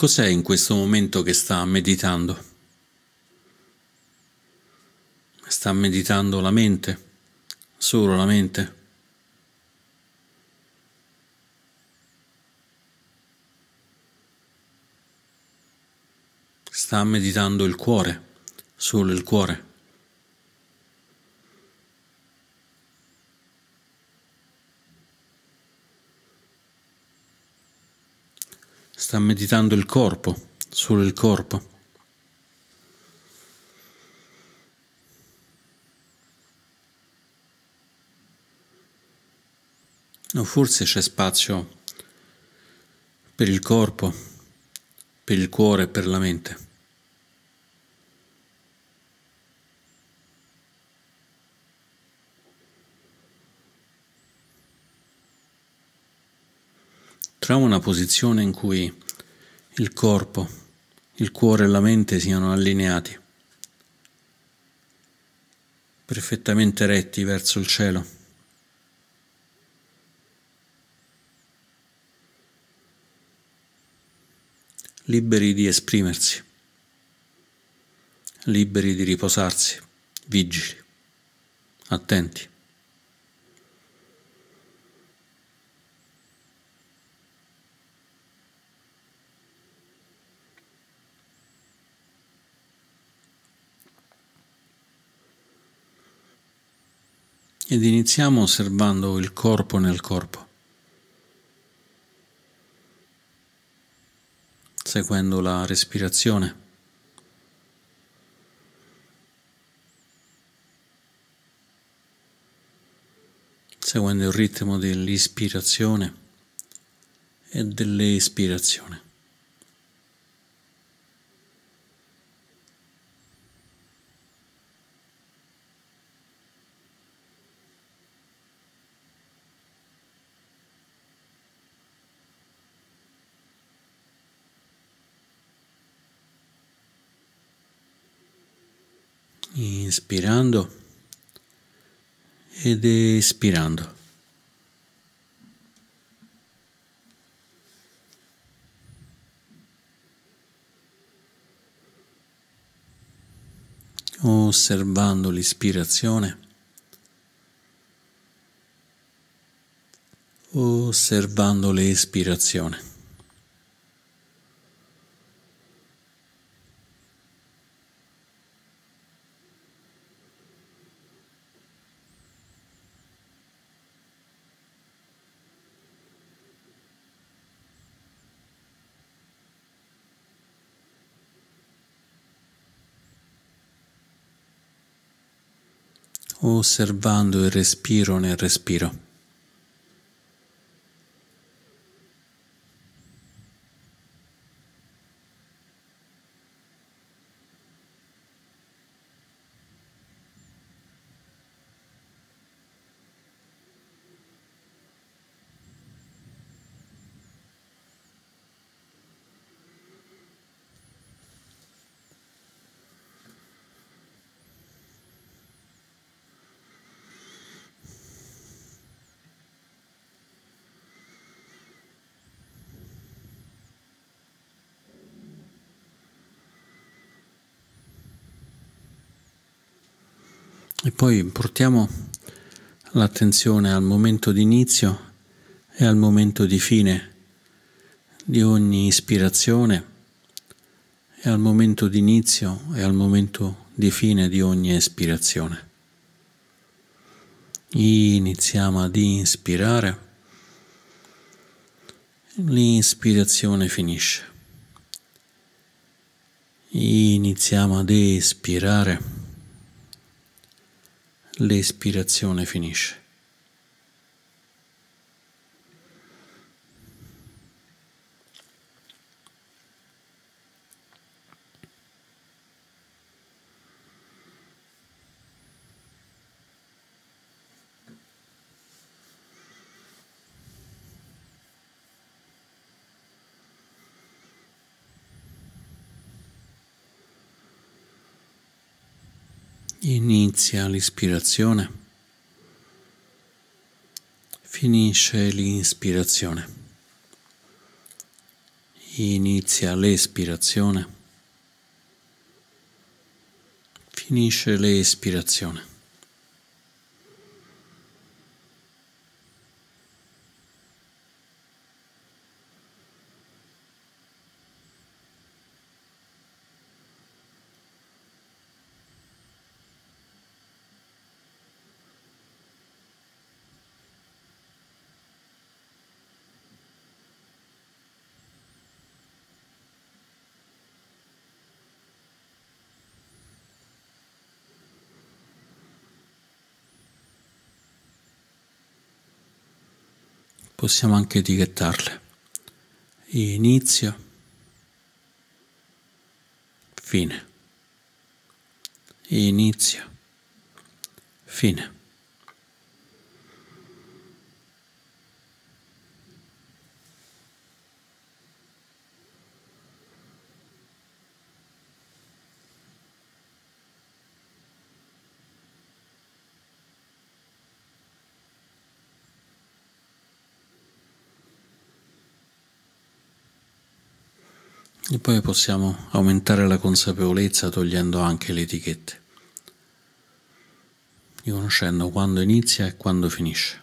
Cos'è in questo momento che sta meditando? Sta meditando la mente? Solo la mente? Sta meditando il cuore? Solo il cuore? Sta meditando il corpo? Solo il corpo? O forse c'è spazio per il corpo, per il cuore e per la mente. Trova una posizione in cui il corpo, il cuore e la mente siano allineati, perfettamente retti verso il cielo. Liberi di esprimersi, liberi di riposarsi, vigili, attenti. Ed iniziamo osservando il corpo nel corpo, seguendo la respirazione. Seguendo il ritmo dell'ispirazione e dell'espirazione. Inspirando ed espirando. Osservando l'ispirazione, osservando l'espirazione. Osservando il respiro nel respiro. E poi portiamo l'attenzione al momento di inizio e al momento di fine di ogni ispirazione e al momento di inizio e al momento di fine di ogni espirazione. Iniziamo ad inspirare, l'inspirazione finisce. Iniziamo ad espirare, l'espirazione finisce. Inizia l'ispirazione, finisce l'inspirazione. Inizia l'espirazione, finisce l'espirazione. Possiamo anche etichettarle. Inizio, fine. Inizio, fine. E poi possiamo aumentare la consapevolezza togliendo anche le etichette, riconoscendo quando inizia e quando finisce.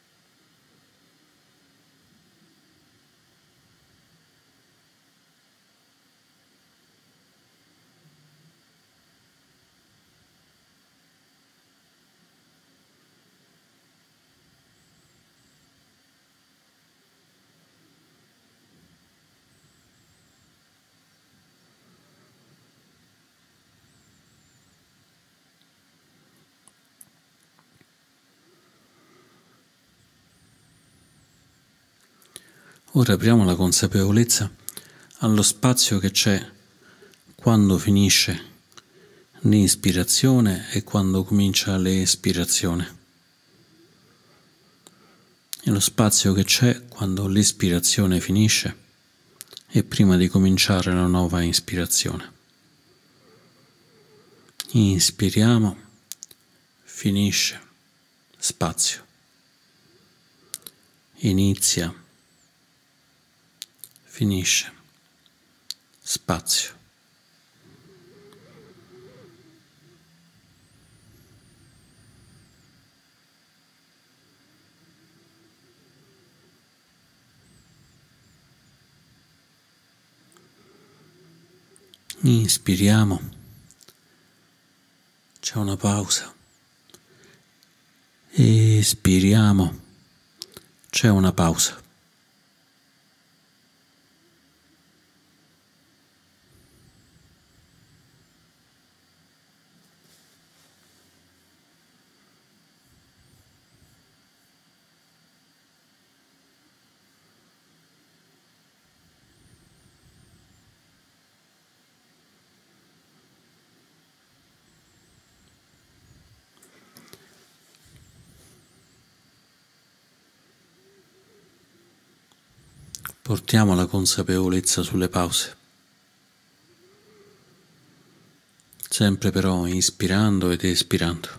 Ora apriamo la consapevolezza allo spazio che c'è quando finisce l'inspirazione e quando comincia l'espirazione. E lo spazio che c'è quando l'espirazione finisce e prima di cominciare la nuova ispirazione. Inspiriamo, finisce, spazio. Inizia, finisce, spazio. Inspiriamo, c'è una pausa. Espiriamo, c'è una pausa. Portiamo la consapevolezza sulle pause, sempre però ispirando ed espirando.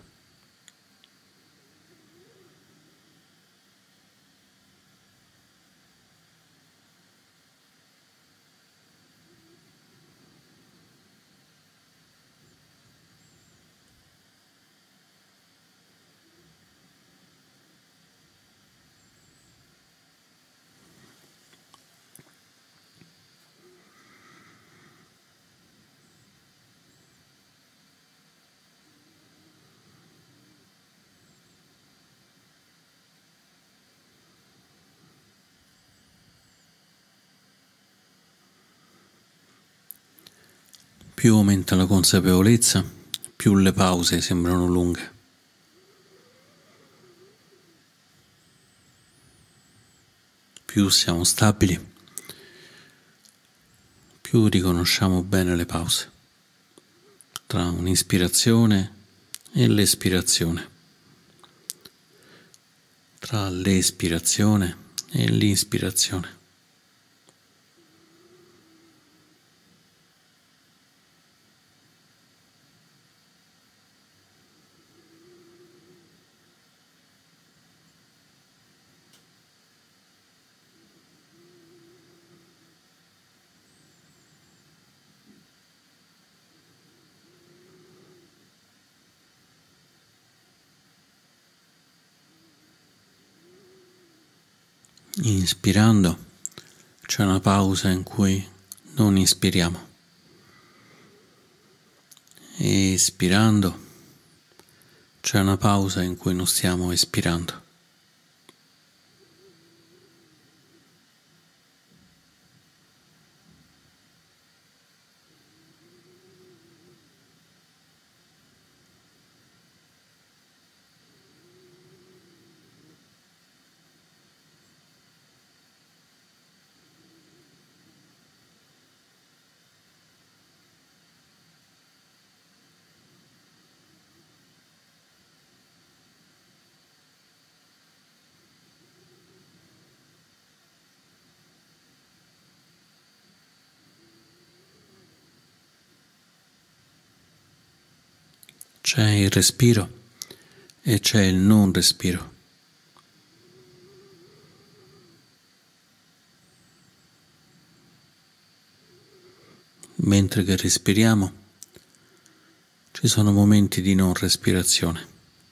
Più aumenta la consapevolezza, più le pause sembrano lunghe. Più siamo stabili, più riconosciamo bene le pause tra un'ispirazione e l'espirazione, tra l'espirazione e l'inspirazione. Inspirando c'è una pausa in cui non ispiriamo. Espirando c'è una pausa in cui non stiamo espirando. C'è il respiro e c'è il non respiro. Mentre che respiriamo, ci sono momenti di non respirazione.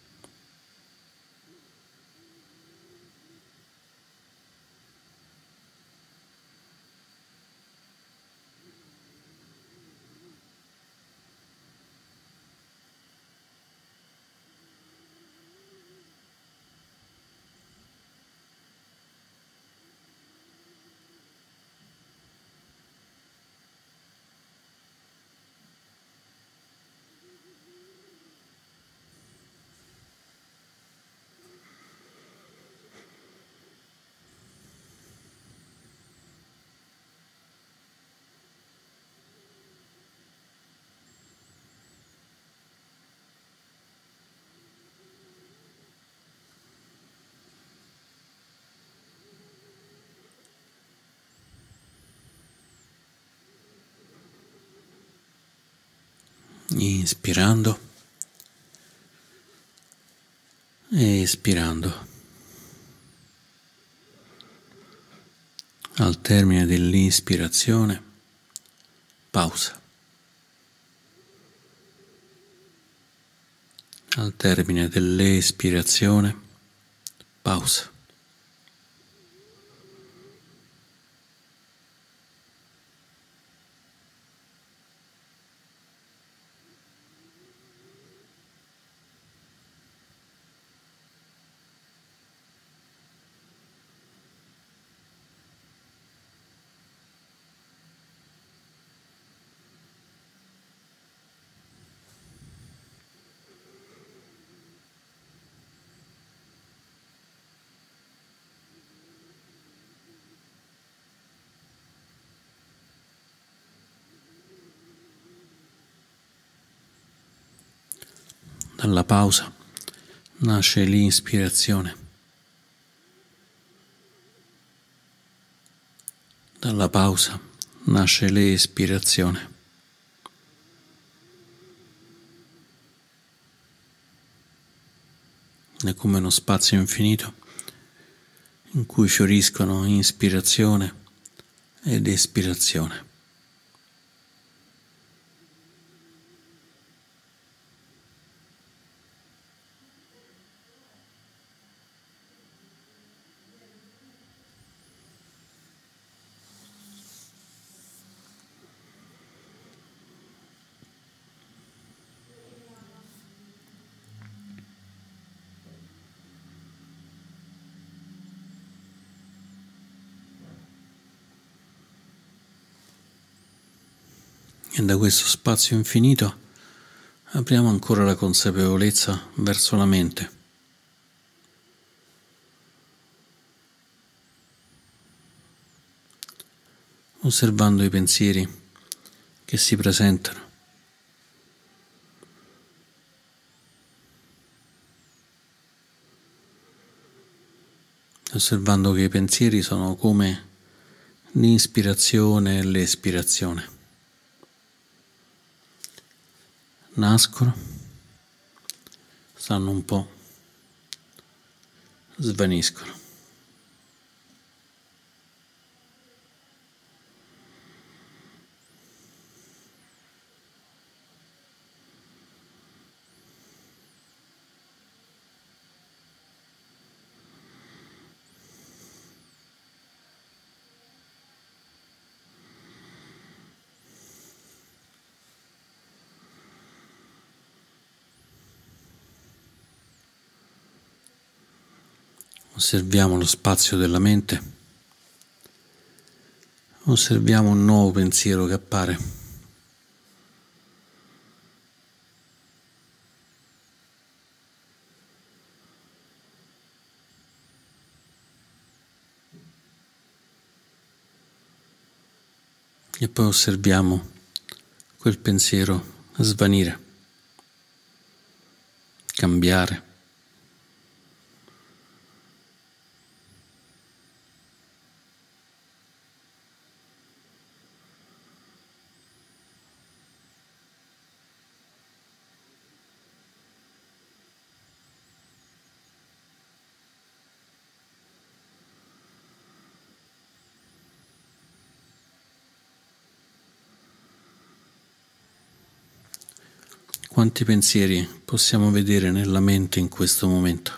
Inspirando e espirando. Al termine dell'inspirazione, pausa. Al termine dell'espirazione, pausa. Dalla pausa nasce l'inspirazione. Dalla pausa nasce l'espirazione. È come uno spazio infinito in cui fioriscono ispirazione ed espirazione. E da questo spazio infinito apriamo ancora la consapevolezza verso la mente. Osservando i pensieri che si presentano. Osservando che i pensieri sono come l'inspirazione e l'espirazione. Nascono, stanno un po', svaniscono. osserviamo lo spazio della mente, osserviamo un nuovo pensiero che appare. E poi osserviamo quel pensiero svanire, cambiare. Quanti pensieri possiamo vedere nella mente in questo momento?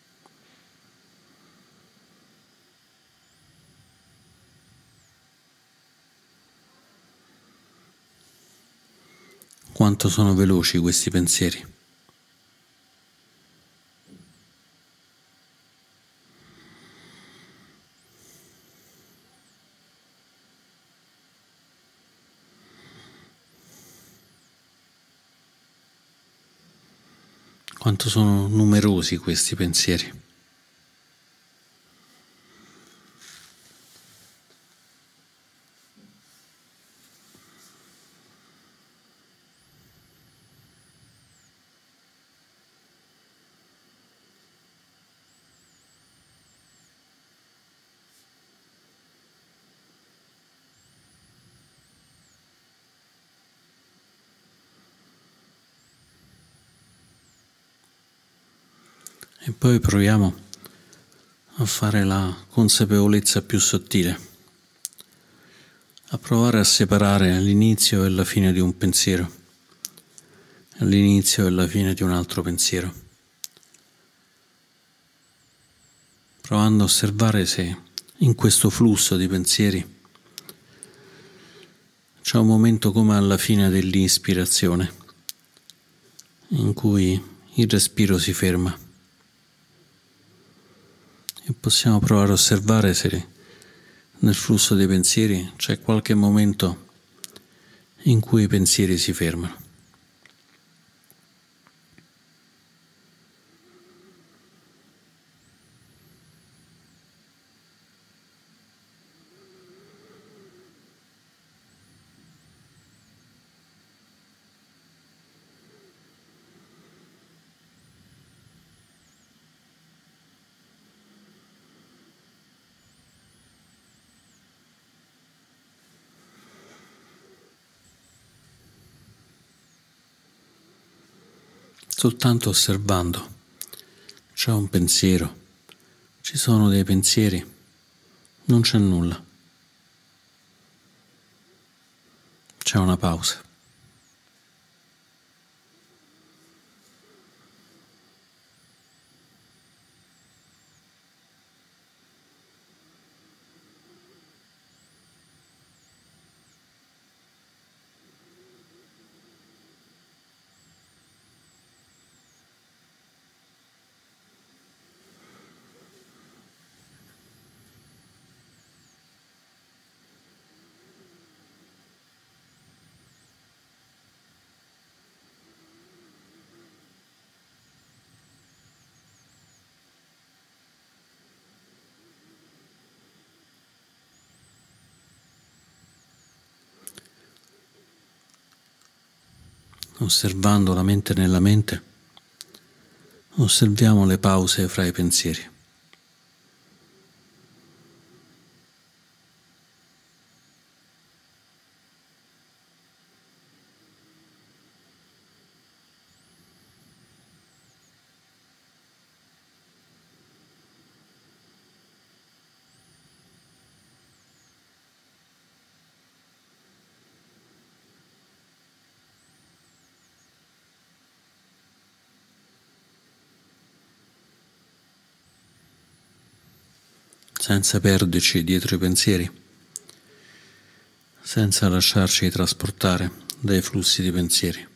Quanto sono veloci questi pensieri? Quanto sono numerosi questi pensieri? E poi proviamo a fare la consapevolezza più sottile, a provare a separare l'inizio e la fine di un pensiero, l'inizio e la fine di un altro pensiero, provando a osservare se in questo flusso di pensieri c'è un momento come alla fine dell'ispirazione, in cui il respiro si ferma. E possiamo provare a osservare se nel flusso dei pensieri c'è qualche momento in cui i pensieri si fermano. Soltanto osservando, c'è un pensiero, ci sono dei pensieri, non c'è nulla, c'è una pausa. Osservando la mente nella mente, osserviamo le pause fra i pensieri. Senza perderci dietro i pensieri, senza lasciarci trasportare dai flussi di pensieri.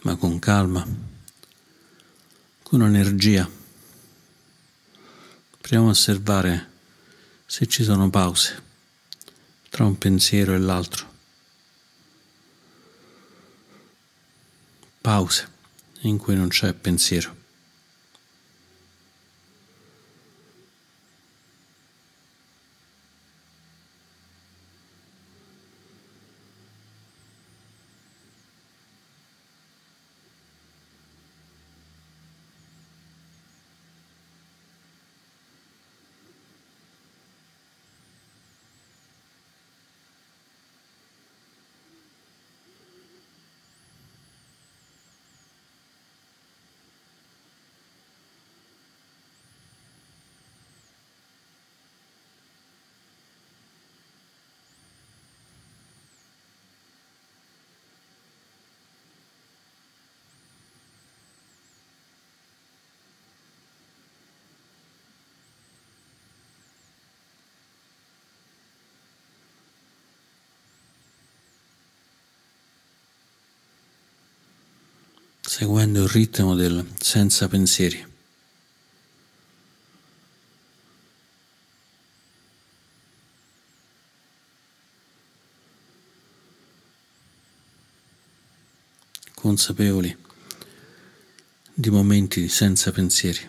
ma con calma, con energia. Proviamo a osservare se ci sono pause tra un pensiero e l'altro. Pause in cui non c'è pensiero. Seguendo il ritmo del senza pensieri. Consapevoli di momenti senza pensieri.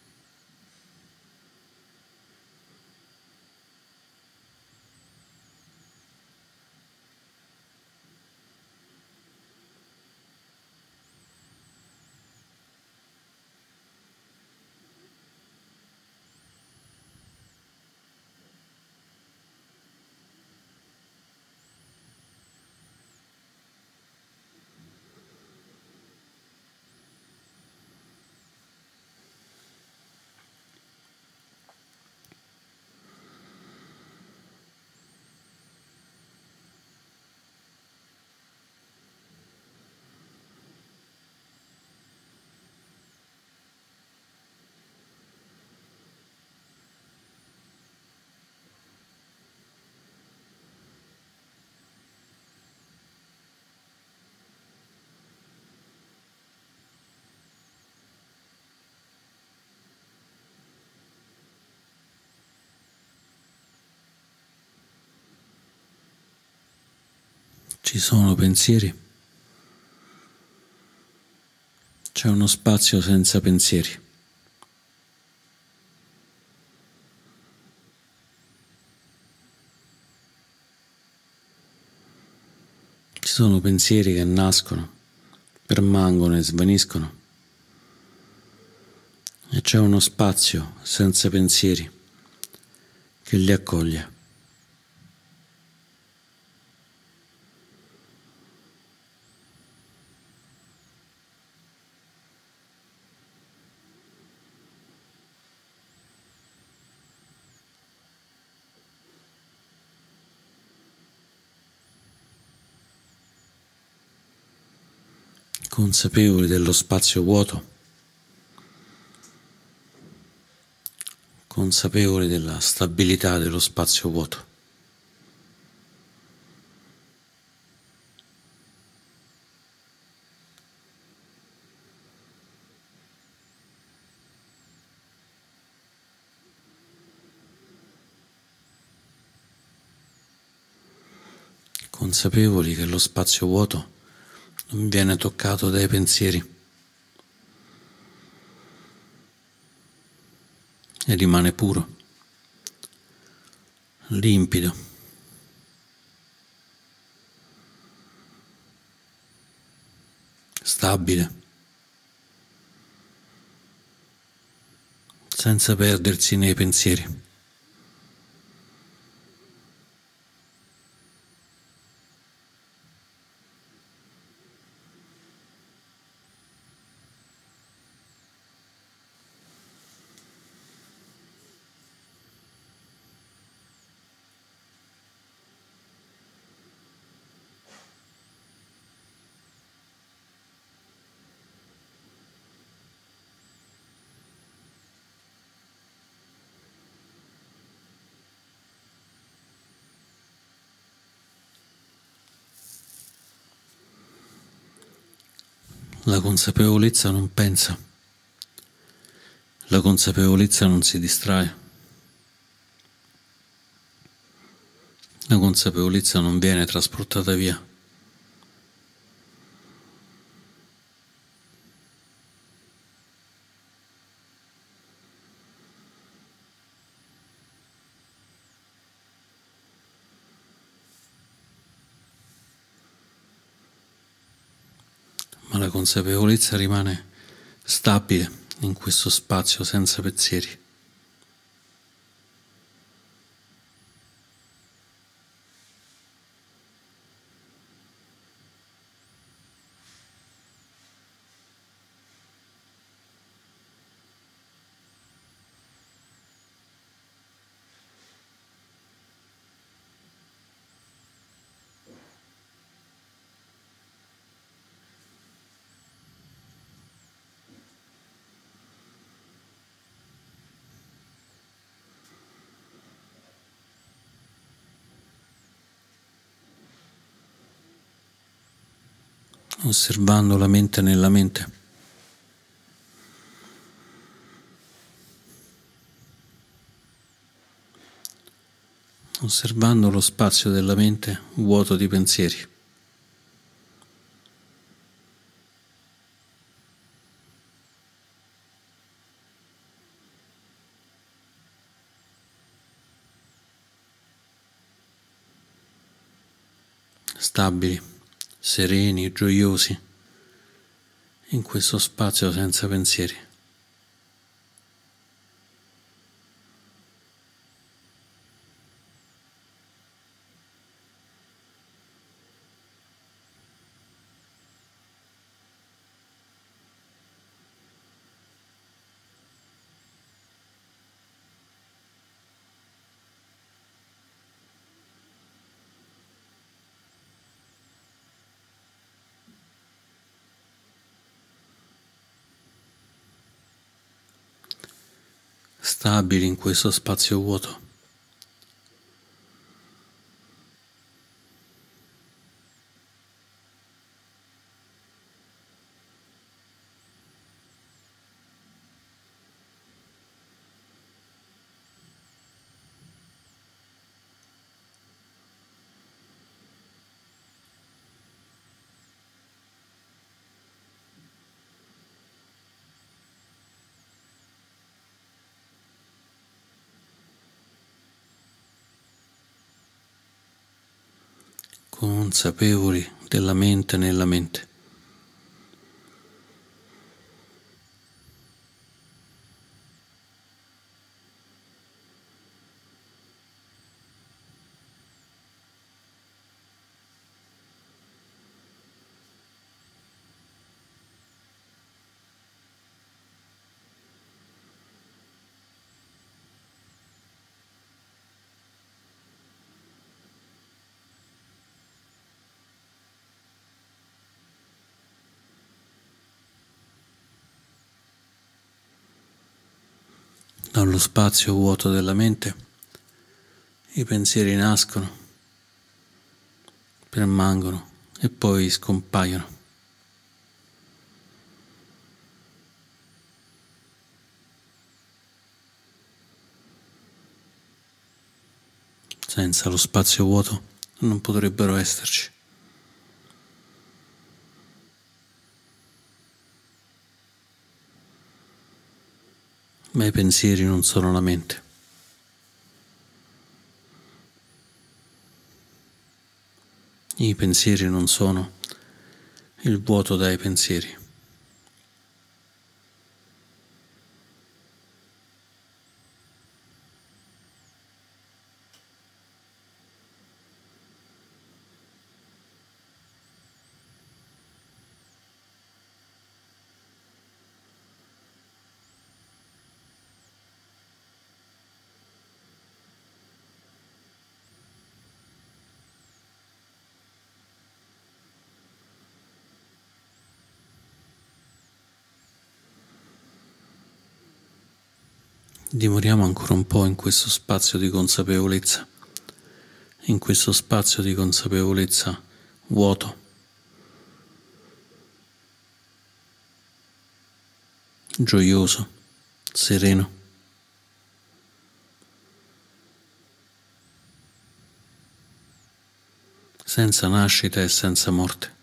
Ci sono pensieri? C'è uno spazio senza pensieri. Ci sono pensieri che nascono, permangono e svaniscono. E c'è uno spazio senza pensieri che li accoglie. Consapevoli dello spazio vuoto, consapevoli della stabilità dello spazio vuoto. Consapevoli che lo spazio vuoto non viene toccato dai pensieri e rimane puro, limpido, stabile, senza perdersi nei pensieri. La consapevolezza non pensa, la consapevolezza non si distrae, la consapevolezza non viene trasportata via. Ma la consapevolezza rimane stabile in questo spazio senza pensieri. Osservando la mente nella mente. Osservando lo spazio della mente vuoto di pensieri. Stabili, sereni, gioiosi, in questo spazio senza pensieri. Stabili in questo spazio vuoto. Consapevoli della mente nella mente. Dallo spazio vuoto della mente i pensieri nascono, permangono e poi scompaiono. Senza lo spazio vuoto non potrebbero esserci. Ma i pensieri non sono la mente. I pensieri non sono il vuoto dai pensieri. Dimoriamo ancora un po' in questo spazio di consapevolezza, in questo spazio di consapevolezza vuoto. gioioso, sereno. Senza nascita e senza morte.